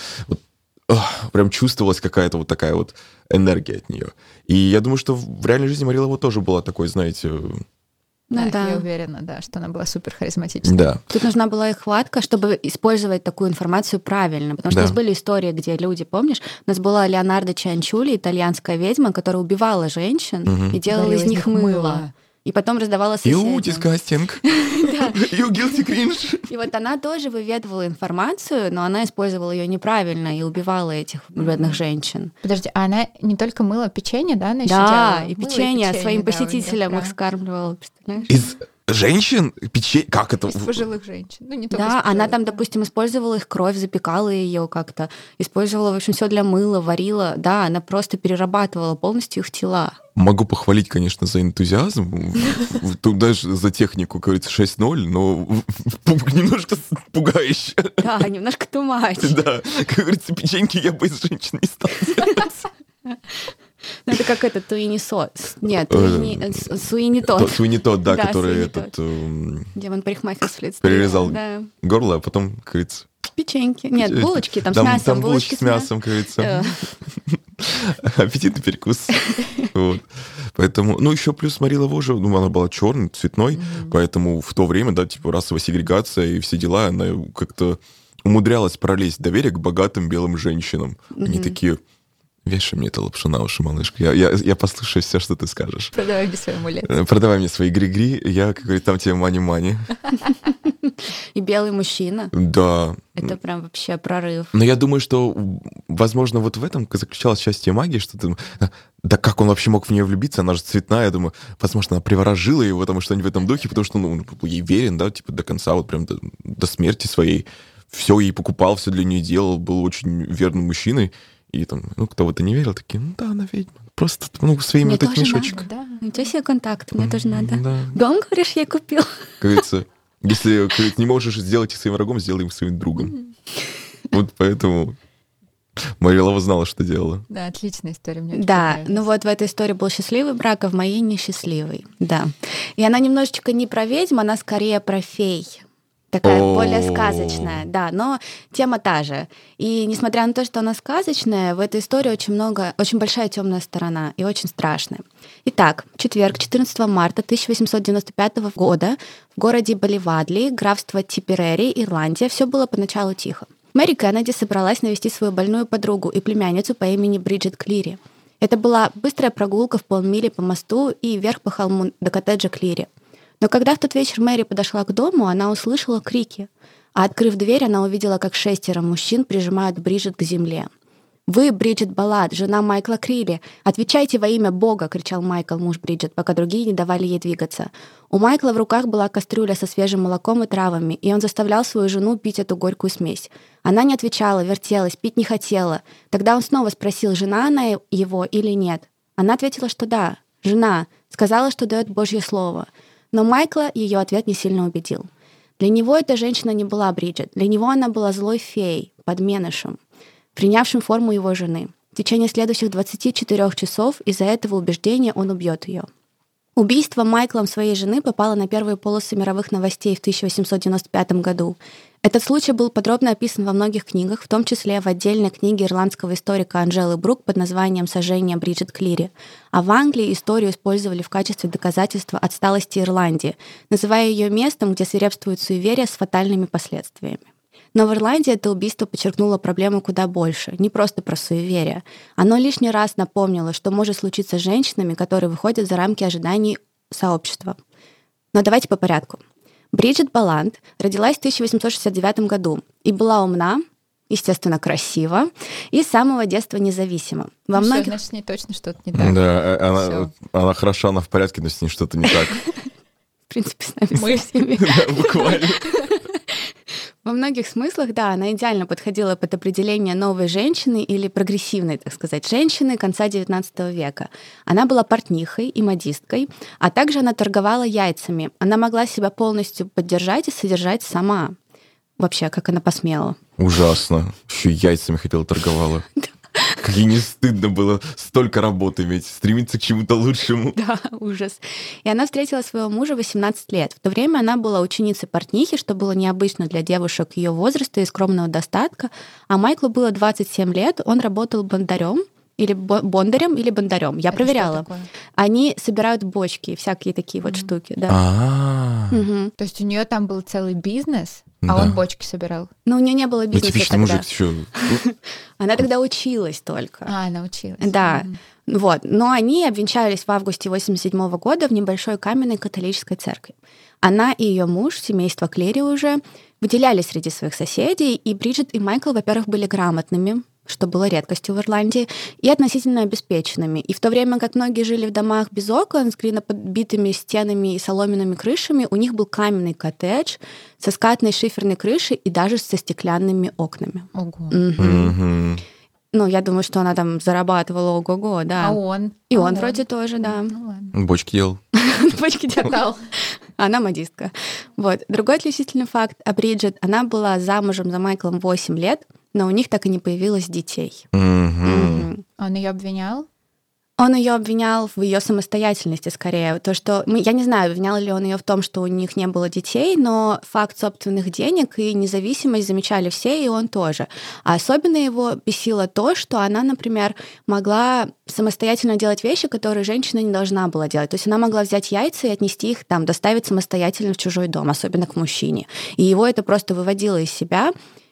прям чувствовалась какая-то вот такая вот энергия от нее. И я думаю, что в реальной жизни Мари Лаво тоже была такой, знаете, Ну Да, да. я уверена, да, что она была супер харизматичной. да. Тут нужна была их хватка, чтобы использовать такую информацию правильно. Потому что Да. у нас были истории, где люди, помнишь, у нас была Леонардо Чианчули, итальянская ведьма, которая убивала женщин и делала из них мыло. И потом раздавала соседям. You disgusting. You guilty cringe. И вот она тоже выведывала информацию, но она использовала ее неправильно и убивала этих бедных женщин. Подожди, а она не только мыла печенье, да, она еще Да, делала? и Мыло печенье своим да, у неё посетителям прям их скармливала, представляешь? Из женщин печенье... Как это? Из пожилых женщин. Ну, не только Да, из она пожилых, там, да. допустим, использовала их кровь, запекала ее как-то, использовала, в общем, все для мыла, варила. Да, она просто перерабатывала полностью их тела. Могу похвалить, конечно, за энтузиазм, тут даже за технику, как говорится, 6-0, но немножко пугающе. Да, немножко too much. Да, как говорится, печеньки я бы из женщин не стал делать. Ну, это как это Туини Сот. Нет, Суини Тот. Суини тот, да, Да, который Суини этот Демон парикмахер с Флит-стрит. перерезал Да. горло, а потом, как говорится... Печеньки. Нет, булочки там с Там мясом. булочки с мясом, как говорится. Аппетитный перекус. Вот. Поэтому, ну, еще плюс Мари Лаво же, ну, она была черной, цветной, поэтому в то время, да, типа расовая сегрегация и все дела, она как-то умудрялась пролезть доверие к богатым белым женщинам. Они такие, вешай мне это лапшу на уши, малышка, я послушаю все, что ты скажешь. Продавай мне свой амулет. Продавай мне свои гри-гри, я, как говорится, там тебе мани-мани. И белый мужчина. Да. Это прям вообще прорыв. Но я думаю, что, возможно, вот в этом заключалось счастье магии, что ты Да как он вообще мог в нее влюбиться? Она же цветная, я думаю, возможно, она приворожила его, потому что они в этом духе, потому что, ну, он был ей верен, да, типа до конца, вот прям до смерти своей. Все ей покупал, все для нее делал, был очень верным мужчиной. И там, ну, кто в это не верил, такие, ну да, она ведьма. Просто, ну, своим Мне вот этот тоже мешочек. надо, да. Ничего себе контакт, мне тоже надо. Да. Дом, говоришь, я купил? Как говорится, если не можешь сделать их своим врагом, сделай их своим другом. Вот поэтому Мария Лава знала, что делала. Да, отличная история, мне очень Да, понравилась. ну вот в этой истории был счастливый брак, а в моей несчастливый. Да. И она немножечко не про ведьм, она скорее про фей. Такая более сказочная, да, но тема та же. И несмотря на то, что она сказочная, в этой истории очень большая темная сторона и очень страшная. Итак, в четверг, 14 марта 1895 года в городе Балливадли, графство Типперери, Ирландия, все было поначалу тихо. Мэри Кеннеди собралась навестить свою больную подругу и племянницу по имени Бриджит Клири. Это была быстрая прогулка в полмили по мосту и вверх по холму до коттеджа Клири. Но когда в тот вечер Мэри подошла к дому, она услышала крики. А открыв дверь, она увидела, как 6 мужчин прижимают Бриджит к земле. «Вы, Бриджит Баллад, жена Майкла Крири, отвечайте во имя Бога!» — кричал Майкл, муж Бриджит, пока другие не давали ей двигаться. У Майкла в руках была кастрюля со свежим молоком и травами, и он заставлял свою жену пить эту горькую смесь. Она не отвечала, вертелась, пить не хотела. Тогда он снова спросил, жена она его или нет. Она ответила, что да, жена, сказала, что дает Божье слово. Но Майкла ее ответ не сильно убедил. Для него эта женщина не была Бриджит, для него она была злой феей, подменышем, принявшим форму его жены. В течение следующих 24 часов из-за этого убеждения он убьет ее. Убийство Майклом своей жены попало на первые полосы мировых новостей в 1895 году. Этот случай был подробно описан во многих книгах, в том числе в отдельной книге ирландского историка Анжелы Брук под названием «Сожжение Бриджит Клири». А в Англии историю использовали в качестве доказательства отсталости Ирландии, называя ее местом, где свирепствует суеверие с фатальными последствиями. Но в Ирландии это убийство подчеркнуло проблему куда больше, не просто про суеверие. Оно лишний раз напомнило, что может случиться с женщинами, которые выходят за рамки ожиданий сообщества. Но давайте по порядку. Бриджит Балланд родилась в 1869 году и была умна, естественно, красива и с самого детства независима. Во многих... Значит, с ней точно что-то не так. Да, она хороша, она в порядке, но с ней что-то не так. В принципе, с нами всеми. Буквально. Во многих смыслах, да, она идеально подходила под определение новой женщины или прогрессивной, так сказать, женщины конца XIX века. Она была портнихой и модисткой, а также она торговала яйцами. Она могла себя полностью поддержать и содержать сама. Вообще, как она посмела. Ужасно. Еще яйцами хотела торговала. Как ей не стыдно было столько работы иметь, стремиться к чему-то лучшему. Да, ужас. И она встретила своего мужа 18 лет. В то время она была ученицей портнихи, что было необычно для девушек ее возраста и скромного достатка. А Майклу было 27 лет, он работал бондарем, или бондарем, или бандарем. Я проверяла. Они собирают бочки, всякие такие вот штуки. Да. То есть у нее там был целый бизнес, а он бочки собирал? Ну, у нее не было бизнеса типичный тогда. мужик еще. Она тогда училась только. Она училась. Да. Вот. Но они обвенчались в августе 1987 года в небольшой каменной католической церкви. Она и ее муж, семейство Клири уже, выделялись среди своих соседей, и Бриджит и Майкл, во-первых, были грамотными, что было редкостью в Ирландии, и относительно обеспеченными. И в то время как многие жили в домах без окон, с глиноподбитыми стенами и соломенными крышами, у них был каменный коттедж со скатной шиферной крышей и даже со стеклянными окнами. Ого. Ну, я думаю, что она там зарабатывала ого-го, да. А он? И он вроде тоже, да. Ну ладно. Бочки делал. Бочки делал. Она модистка. Вот. Другой отличительный факт о Бриджит. Она была замужем за Майклом 8 лет, но у них так и не появилось детей. Он ее обвинял? Он ее обвинял в ее самостоятельности скорее. То, что я не знаю, обвинял ли он ее в том, что у них не было детей, но факт собственных денег и независимость замечали все, и он тоже. А особенно его бесило то, что она, например, могла самостоятельно делать вещи, которые женщина не должна была делать. То есть она могла взять яйца и отнести их, там, доставить самостоятельно в чужой дом, особенно к мужчине. И его это просто выводило из себя.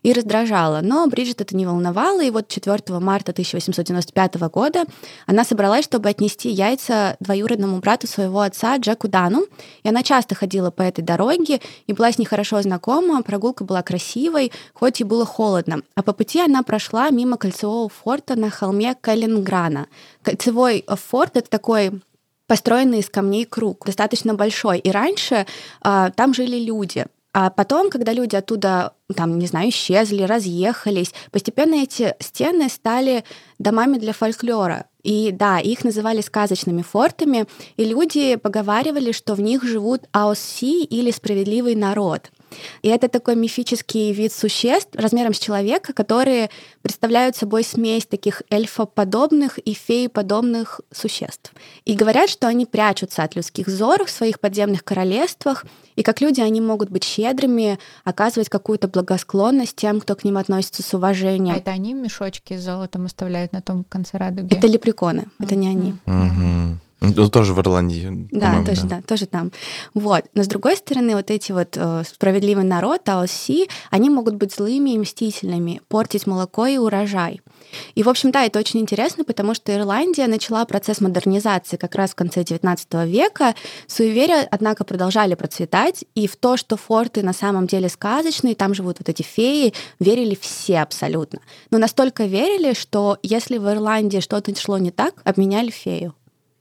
и раздражало. Но Бриджит это не волновало, и вот 4 марта 1895 года она собралась, чтобы отнести яйца двоюродному брату своего отца Джеку Дану, и она часто ходила по этой дороге и была с ней хорошо знакома, прогулка была красивой, хоть и было холодно. А по пути она прошла мимо кольцевого форта на холме Калинграна. Кольцевой форт — это такой построенный из камней круг, достаточно большой. И раньше там жили люди. А потом, когда люди оттуда, там, не знаю, исчезли, разъехались, постепенно эти стены стали домами для фольклора. И да, их называли сказочными фортами, и люди поговаривали, что в них живут аосси или справедливый народ. И это такой мифический вид существ размером с человека, которые представляют собой смесь таких эльфоподобных и фееподобных существ. И говорят, что они прячутся от людских взоров в своих подземных королевствах, и как люди они могут быть щедрыми, оказывать какую-то благосклонность тем, кто к ним относится с уважением. А это они мешочки с золотом оставляют на том конце радуги? Это лепреконы, это не они. Ну, тоже в Ирландии. Да, тоже, да, тоже там. Вот. Но с другой стороны, вот эти вот справедливый народ, аосси, они могут быть злыми и мстительными, портить молоко и урожай. И, в общем, да, это очень интересно, потому что Ирландия начала процесс модернизации как раз в конце XIX века. Суеверия, однако, продолжали процветать, и в то, что форты на самом деле сказочные, там живут вот эти феи, верили все абсолютно. Но настолько верили, что если в Ирландии что-то шло не так, обменяли фею.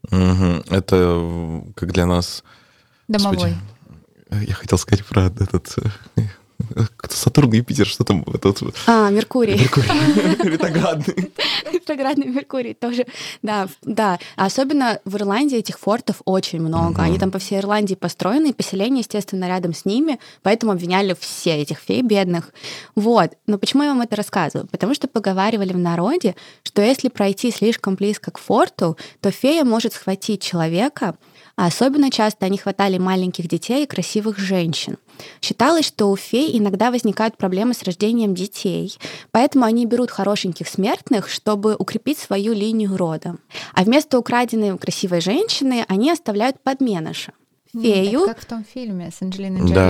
Это как для нас... Домовой. Господи, я хотел сказать про этот... Сатурн, Юпитер, что там? Меркурий. Ретроградный. Ретроградный Меркурий тоже. Да, да. Особенно в Ирландии этих фортов очень много. Они там по всей Ирландии построены, и поселение, естественно, рядом с ними, поэтому обвиняли все этих фей бедных. Вот. Но почему я вам это рассказываю? Потому что поговаривали в народе, что если пройти слишком близко к форту, то фея может схватить человека, а особенно часто они хватали маленьких детей и красивых женщин. Считалось, что у фей иногда возникают проблемы с рождением детей, поэтому они берут хорошеньких смертных, чтобы укрепить свою линию рода. А вместо украденной красивой женщины они оставляют подменыша. Фею. Как в том фильме с Анджелиной Джоли.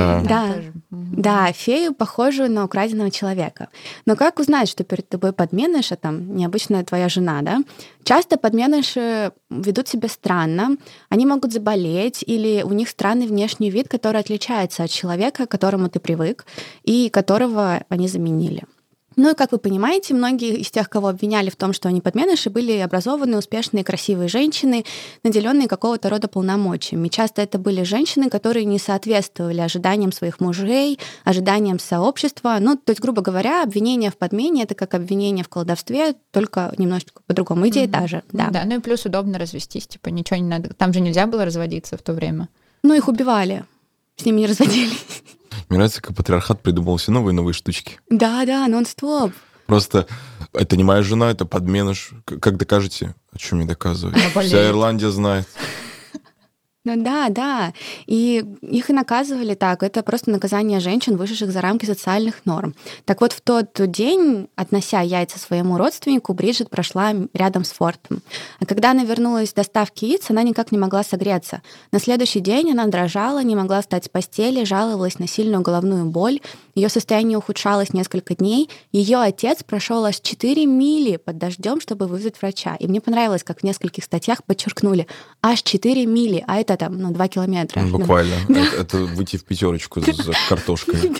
Да, фею, похожую на украденного человека. Но как узнать, что перед тобой подменыш, а там необычная твоя жена, да? Часто подменыши ведут себя странно, они могут заболеть, или у них странный внешний вид, который отличается от человека, к которому ты привык, и которого они заменили. Ну и, как вы понимаете, многие из тех, кого обвиняли в том, что они подменыши, были образованные, успешные, красивые женщины, наделенные какого-то рода полномочиями. И часто это были женщины, которые не соответствовали ожиданиям своих мужей, ожиданиям сообщества. Ну, то есть, грубо говоря, обвинение в подмене — это как обвинение в колдовстве, только немножечко по-другому. Идея та же. Да. Да, ну и плюс удобно развестись, типа ничего не надо. Там же нельзя было разводиться в то время. Ну, их убивали, с ними не разводились. Мне нравится, как патриархат придумал все новые и новые штучки. Да, нон-стоп. Просто это не моя жена, это подменыш. Как докажете? О чем мне доказывать? Вся Ирландия знает. Ну да. И их и наказывали так. Это просто наказание женщин, вышедших за рамки социальных норм. Так вот, в тот день, относя яйца своему родственнику, Бриджит прошла рядом с фортом. А когда она вернулась с доставки яиц, она никак не могла согреться. На следующий день она дрожала, не могла встать с постели, жаловалась на сильную головную боль. Ее состояние ухудшалось несколько дней. Ее отец прошел аж 4 мили под дождем, чтобы вызвать врача. И мне понравилось, как в нескольких статьях подчеркнули, аж 4 мили, а это там, 2 километра. Буквально. Да. Это выйти в пятерочку за картошкой.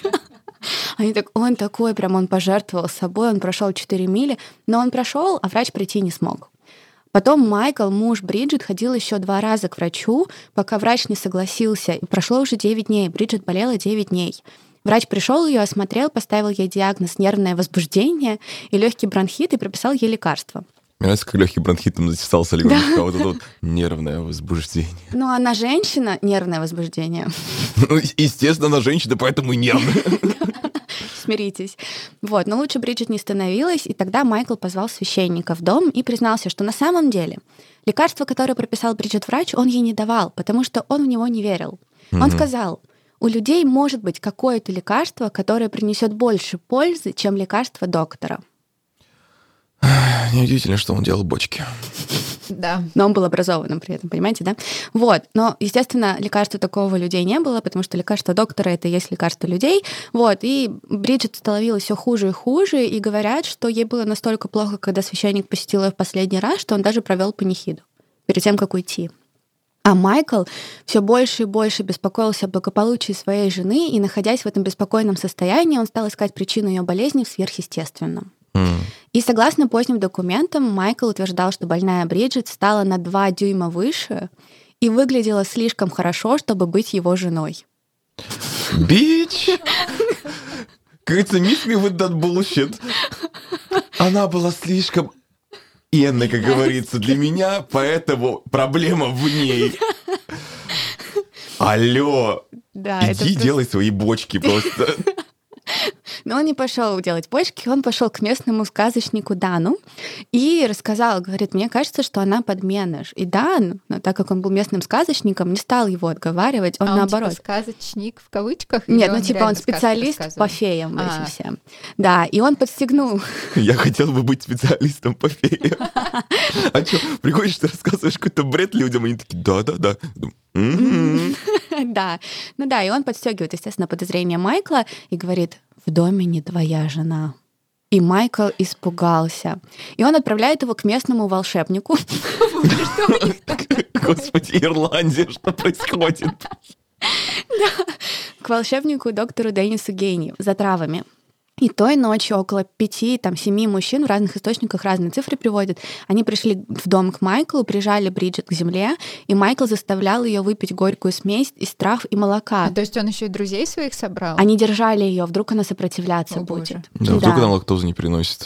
Он такой, прям он пожертвовал собой, он прошел 4 мили, но он прошел, а врач прийти не смог. Потом Майкл, муж Бриджит, ходил еще 2 раза к врачу, пока врач не согласился. И прошло уже 9 дней. Бриджит болела 9 дней. Врач пришел ее, осмотрел, поставил ей диагноз нервное возбуждение и легкий бронхит и прописал ей лекарства. Мне нравится, как легкий бронхит там зачесался легонечко, а вот это вот нервное возбуждение. Ну, она женщина, нервное возбуждение. Ну, естественно, она женщина, поэтому и нервная. Смиритесь. Вот, но лучше Бриджит не становилась, и тогда Майкл позвал священника в дом и признался, что на самом деле лекарство, которое прописал Бриджит врач, он ей не давал, потому что он в него не верил. Он сказал, у людей может быть какое-то лекарство, которое принесет больше пользы, чем лекарство доктора. Неудивительно, что он делал бочки. Да. Но он был образованным при этом, понимаете, да? Вот. Но, естественно, лекарства такого людей не было, потому что лекарство доктора — это и есть лекарство людей. Вот. И Бриджит становилась все хуже и хуже, и говорят, что ей было настолько плохо, когда священник посетил ее в последний раз, что он даже провел панихиду перед тем, как уйти. А Майкл все больше и больше беспокоился о благополучии своей жены, и, находясь в этом беспокойном состоянии, он стал искать причину ее болезни в сверхъестественном. И согласно поздним документам, Майкл утверждал, что больная Бриджит стала на 2 дюйма выше и выглядела слишком хорошо, чтобы быть его женой. Бич! Как говорится, miss me with that bullshit. Она была слишком энной, как говорится, для меня, поэтому проблема в ней. Алло, Да, иди делай свои бочки просто. Но он не пошел делать почки, он пошел к местному сказочнику Дану и рассказал, говорит, мне кажется, что она подменыш. И Дан, так как он был местным сказочником, не стал его отговаривать, он наоборот. Он типа сказочник в кавычках? Нет, или ну типа он специалист по феям этим всем. Да, и он подстегнул. Я хотел бы быть специалистом по феям. А что, приходишь, ты рассказываешь какой-то бред людям, и они такие, да-да-да. Да, ну да, и он подстегивает, естественно, подозрение Майкла и говорит, в доме не твоя жена. И Майкл испугался. И он отправляет его к местному волшебнику. Господи, Ирландия, что происходит? К волшебнику доктору Деннису Гейни за травами. И той ночью около 5-7 мужчин, в разных источниках разные цифры приводят, они пришли в дом к Майклу, прижали Бриджит к земле, и Майкл заставлял ее выпить горькую смесь из трав и молока. То есть он еще и друзей своих собрал? Они держали ее, вдруг она сопротивляться будет. Да, вдруг она лактозу не переносит.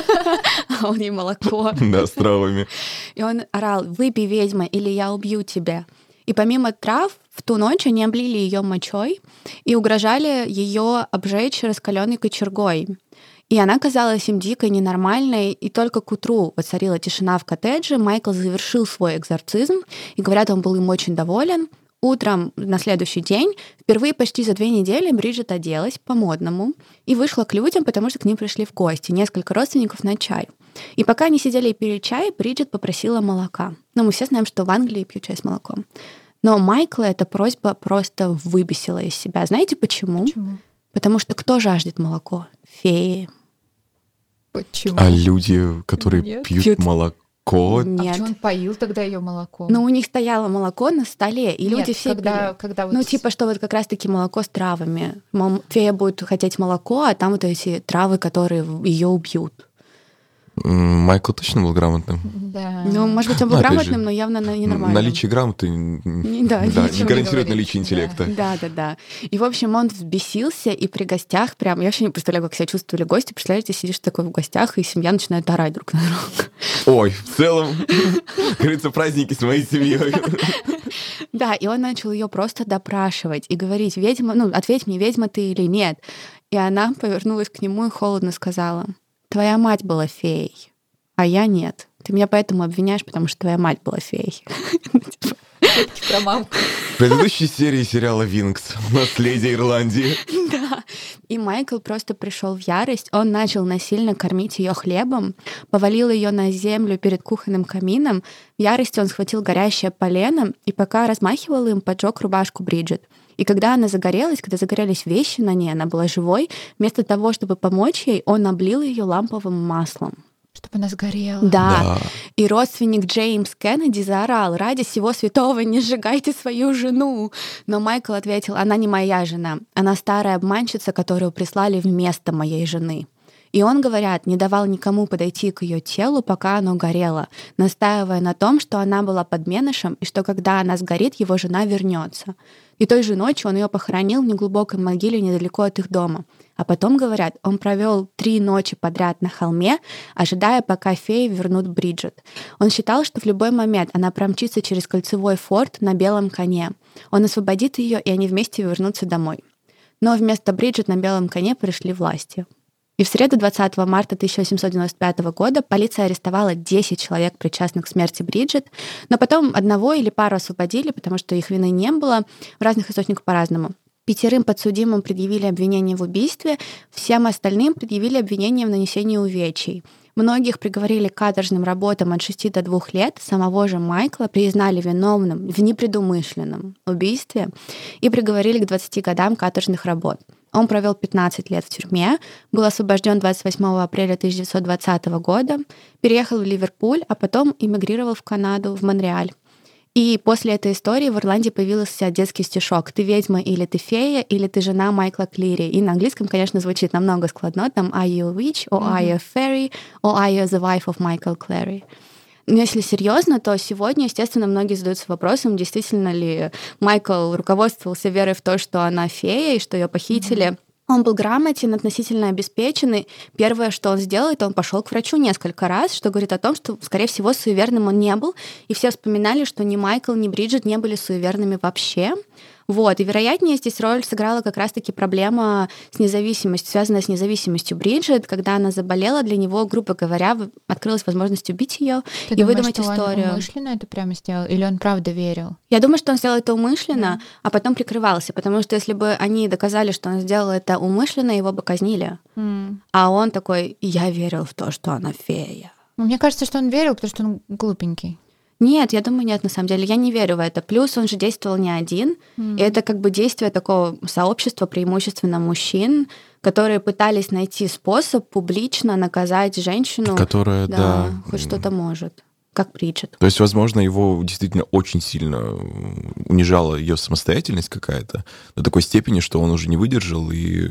А он ей молоко. Да, с травами. И он орал, выпей, ведьма, или я убью тебя. И помимо трав, в ту ночь они облили ее мочой и угрожали ее обжечь раскаленной кочергой. И она казалась им дикой, ненормальной, и только к утру воцарила тишина в коттедже. Майкл завершил свой экзорцизм, и, говорят, он был им очень доволен. Утром на следующий день, впервые почти за 2 недели, Бриджит оделась по-модному и вышла к людям, потому что к ним пришли в гости несколько родственников на чай. И пока они сидели и пили чай, Бриджит попросила молока. Но мы все знаем, что в Англии пьют чай с молоком. Но Майкла эта просьба просто выбесила из себя. Знаете почему? Почему? Потому что кто жаждет молоко? Феи. Почему? А люди, которые пьют молоко... Нет. А почему он поил тогда ее молоком? Ну, у них стояло молоко на столе, и Нет, люди все пили. когда вот... Ну, типа, что вот как раз-таки молоко с травами. Мол, фея будет хотеть молоко, а там вот эти травы, которые ее убьют. Майкл точно был грамотным? Да. Ну, может быть, он был опять грамотным, же, но явно ненормальным. Наличие грамоты не не гарантирует гарантирует наличие интеллекта. Да. И, в общем, он взбесился, и при гостях прям... Я вообще не представляю, как себя чувствовали гости. Представляете, сидишь такой в гостях, и семья начинает орать друг на друга. Ой, в целом, говорится, праздники с моей семьей. Да, и он начал ее просто допрашивать и говорить, ведьма, ну, ответь мне, ведьма ты или нет. И она повернулась к нему и холодно сказала, твоя мать была феей, а я нет. Ты меня поэтому обвиняешь, потому что твоя мать была феей. Про мамку. В предыдущей серии сериала «Винкс. Наследие Ирландии». Да. И Майкл просто пришел в ярость. Он начал насильно кормить ее хлебом, повалил ее на землю перед кухонным камином. В ярости он схватил горящее полено и пока размахивал им, поджег рубашку Бриджит. И когда она загорелась, когда загорелись вещи на ней, она была живой, вместо того, чтобы помочь ей, он облил ее ламповым маслом. Чтобы она сгорела. Да. И родственник Джеймс Кеннеди заорал, ради всего святого не сжигайте свою жену. Но Майкл ответил, она не моя жена, она старая обманщица, которую прислали вместо моей жены. И он, говорят, не давал никому подойти к ее телу, пока оно горело, настаивая на том, что она была подменышем и что когда она сгорит, его жена вернется. И той же ночью он ее похоронил в неглубокой могиле недалеко от их дома. А потом, говорят, он провел 3 ночи подряд на холме, ожидая, пока феи вернут Бриджит. Он считал, что в любой момент она промчится через кольцевой форт на белом коне. Он освободит ее, и они вместе вернутся домой. Но вместо Бриджит на белом коне пришли власти. И в среду 20 марта 1895 года полиция арестовала 10 человек, причастных к смерти Бриджит, но потом одного или пару освободили, потому что их вины не было, в разных источниках по-разному. 5 подсудимым предъявили обвинение в убийстве, всем остальным предъявили обвинение в нанесении увечий. Многих приговорили к каторжным работам от 6 до 2 лет. Самого же Майкла признали виновным в непредумышленном убийстве и приговорили к 20 годам каторжных работ. Он провел 15 лет в тюрьме, был освобожден 28 апреля 1920 года, переехал в Ливерпуль, а потом эмигрировал в Канаду, в Монреаль. И после этой истории в Ирландии появился детский стишок «Ты ведьма или ты фея, или ты жена Майкла Клири». И на английском, конечно, звучит намного складно. Там «Are you a witch?» or «Are you a fairy?» or «Are you the wife of Michael Clary?» Но если серьезно, то сегодня, естественно, многие задаются вопросом, действительно ли Майкл руководствовался верой в то, что она фея и что ее похитили. Он был грамотен, относительно обеспеченный. Первое, что он сделал, это он пошел к врачу несколько раз, что говорит о том, что, скорее всего, суеверным он не был. И все вспоминали, что ни Майкл, ни Бриджит не были суеверными вообще. Вот. И, вероятнее, здесь роль сыграла как раз-таки проблема с независимостью, связанная с независимостью Бриджит. Когда она заболела, для него, грубо говоря, открылась возможность убить ее и выдумать историю. Он умышленно это прямо сделал? Или он правда верил? Я думаю, что он сделал это умышленно, а потом прикрывался. Потому что если бы они доказали, что он сделал это умышленно, его бы казнили. А он такой: я верил в то, что она фея. Мне кажется, что он верил, потому что он глупенький. Нет, я думаю, нет, на самом деле. Я не верю в это. Плюс он же действовал не один. И это как бы действие такого сообщества, преимущественно мужчин, которые пытались найти способ публично наказать женщину, которая, хоть что-то может, как Бриджит. То есть, возможно, его действительно очень сильно унижала ее самостоятельность какая-то до такой степени, что он уже не выдержал и...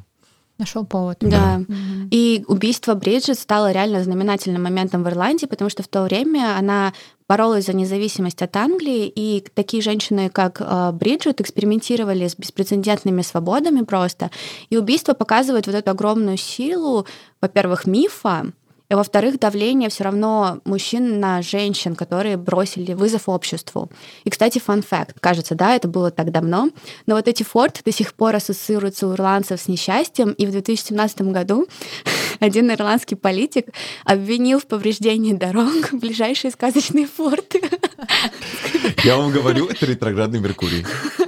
Нашел повод. Да. И убийство Бриджит стало реально знаменательным моментом в Ирландии, потому что в то время она боролась за независимость от Англии, и такие женщины, как Бриджит, экспериментировали с беспрецедентными свободами просто. И убийство показывает вот эту огромную силу, во-первых, мифа, и, во-вторых, давление все равно мужчин на женщин, которые бросили вызов обществу. И, кстати, фан-факт. Кажется, да, это было так давно, но вот эти форты до сих пор ассоциируются у ирландцев с несчастьем, и в 2017 году один ирландский политик обвинил в повреждении дорог ближайшие сказочные форты. Я вам говорю, это ретроградный Меркурий.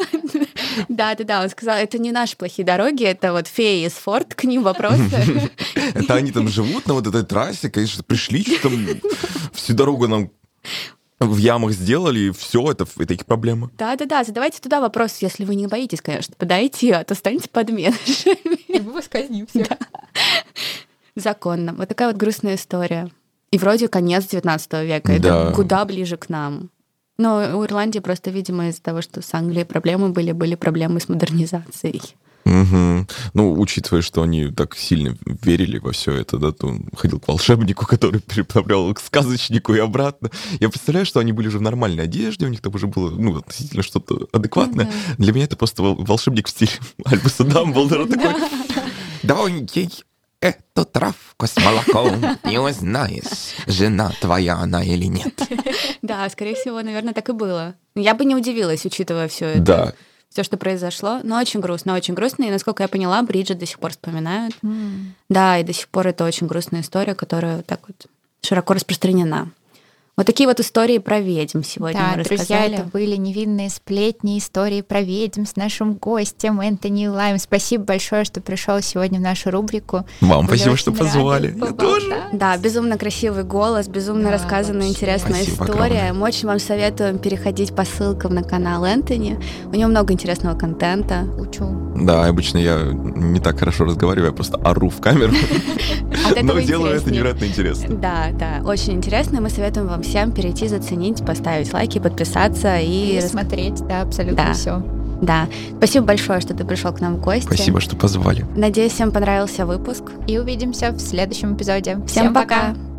Да, он сказал, это не наши плохие дороги, это вот феи из форт, к ним вопросы. Это они там живут на вот этой трассе, конечно, пришли, что там всю дорогу нам в ямах сделали, и все, это их проблема. Да, задавайте туда вопрос, если вы не боитесь, конечно, подойти, а то станете подменышами. И мы вас казним всех. Да. Законно. Вот такая вот грустная история. И вроде конец 19 века, это куда ближе к нам. Но у Ирландии просто, видимо, из-за того, что с Англией проблемы были проблемы с модернизацией. Угу. Ну, учитывая, что они так сильно верили во все это, да, то он ходил к волшебнику, который переправлял к сказочнику и обратно. Я представляю, что они были уже в нормальной одежде, у них там уже было, относительно что-то адекватное. Для меня это просто волшебник в стиле Альбуса Дамблдора такой. Давай ей эту травку с молоком, и узнаешь, жена твоя она или нет. Да, скорее всего, наверное, так и было. Я бы не удивилась, учитывая все это. Да. Все, что произошло. Но очень грустно. И, насколько я поняла, Бриджит до сих пор вспоминают. Да, и до сих пор это очень грустная история, которая так вот широко распространена. Вот такие вот истории про ведьм сегодня мы рассказали. Друзья, это были невинные сплетни, истории про ведьм с нашим гостем Энтони Лайм. Спасибо большое, что пришел сегодня в нашу рубрику. Вам спасибо, что позвали. Я тоже. Да, безумно красивый голос, безумно рассказанная интересная история. Огромное. Мы очень вам советуем переходить по ссылкам на канал Энтони. У него много интересного контента. Учу. Да, обычно я не так хорошо разговариваю, я просто ору в камеру. Но делаю это невероятно интересно. Да, очень интересно. Мы советуем вам всем перейти, заценить, поставить лайки, подписаться и смотреть, да, абсолютно все. Да. Спасибо большое, что ты пришел к нам в гости. Спасибо, что позвали. Надеюсь, всем понравился выпуск. И увидимся в следующем эпизоде. Всем пока!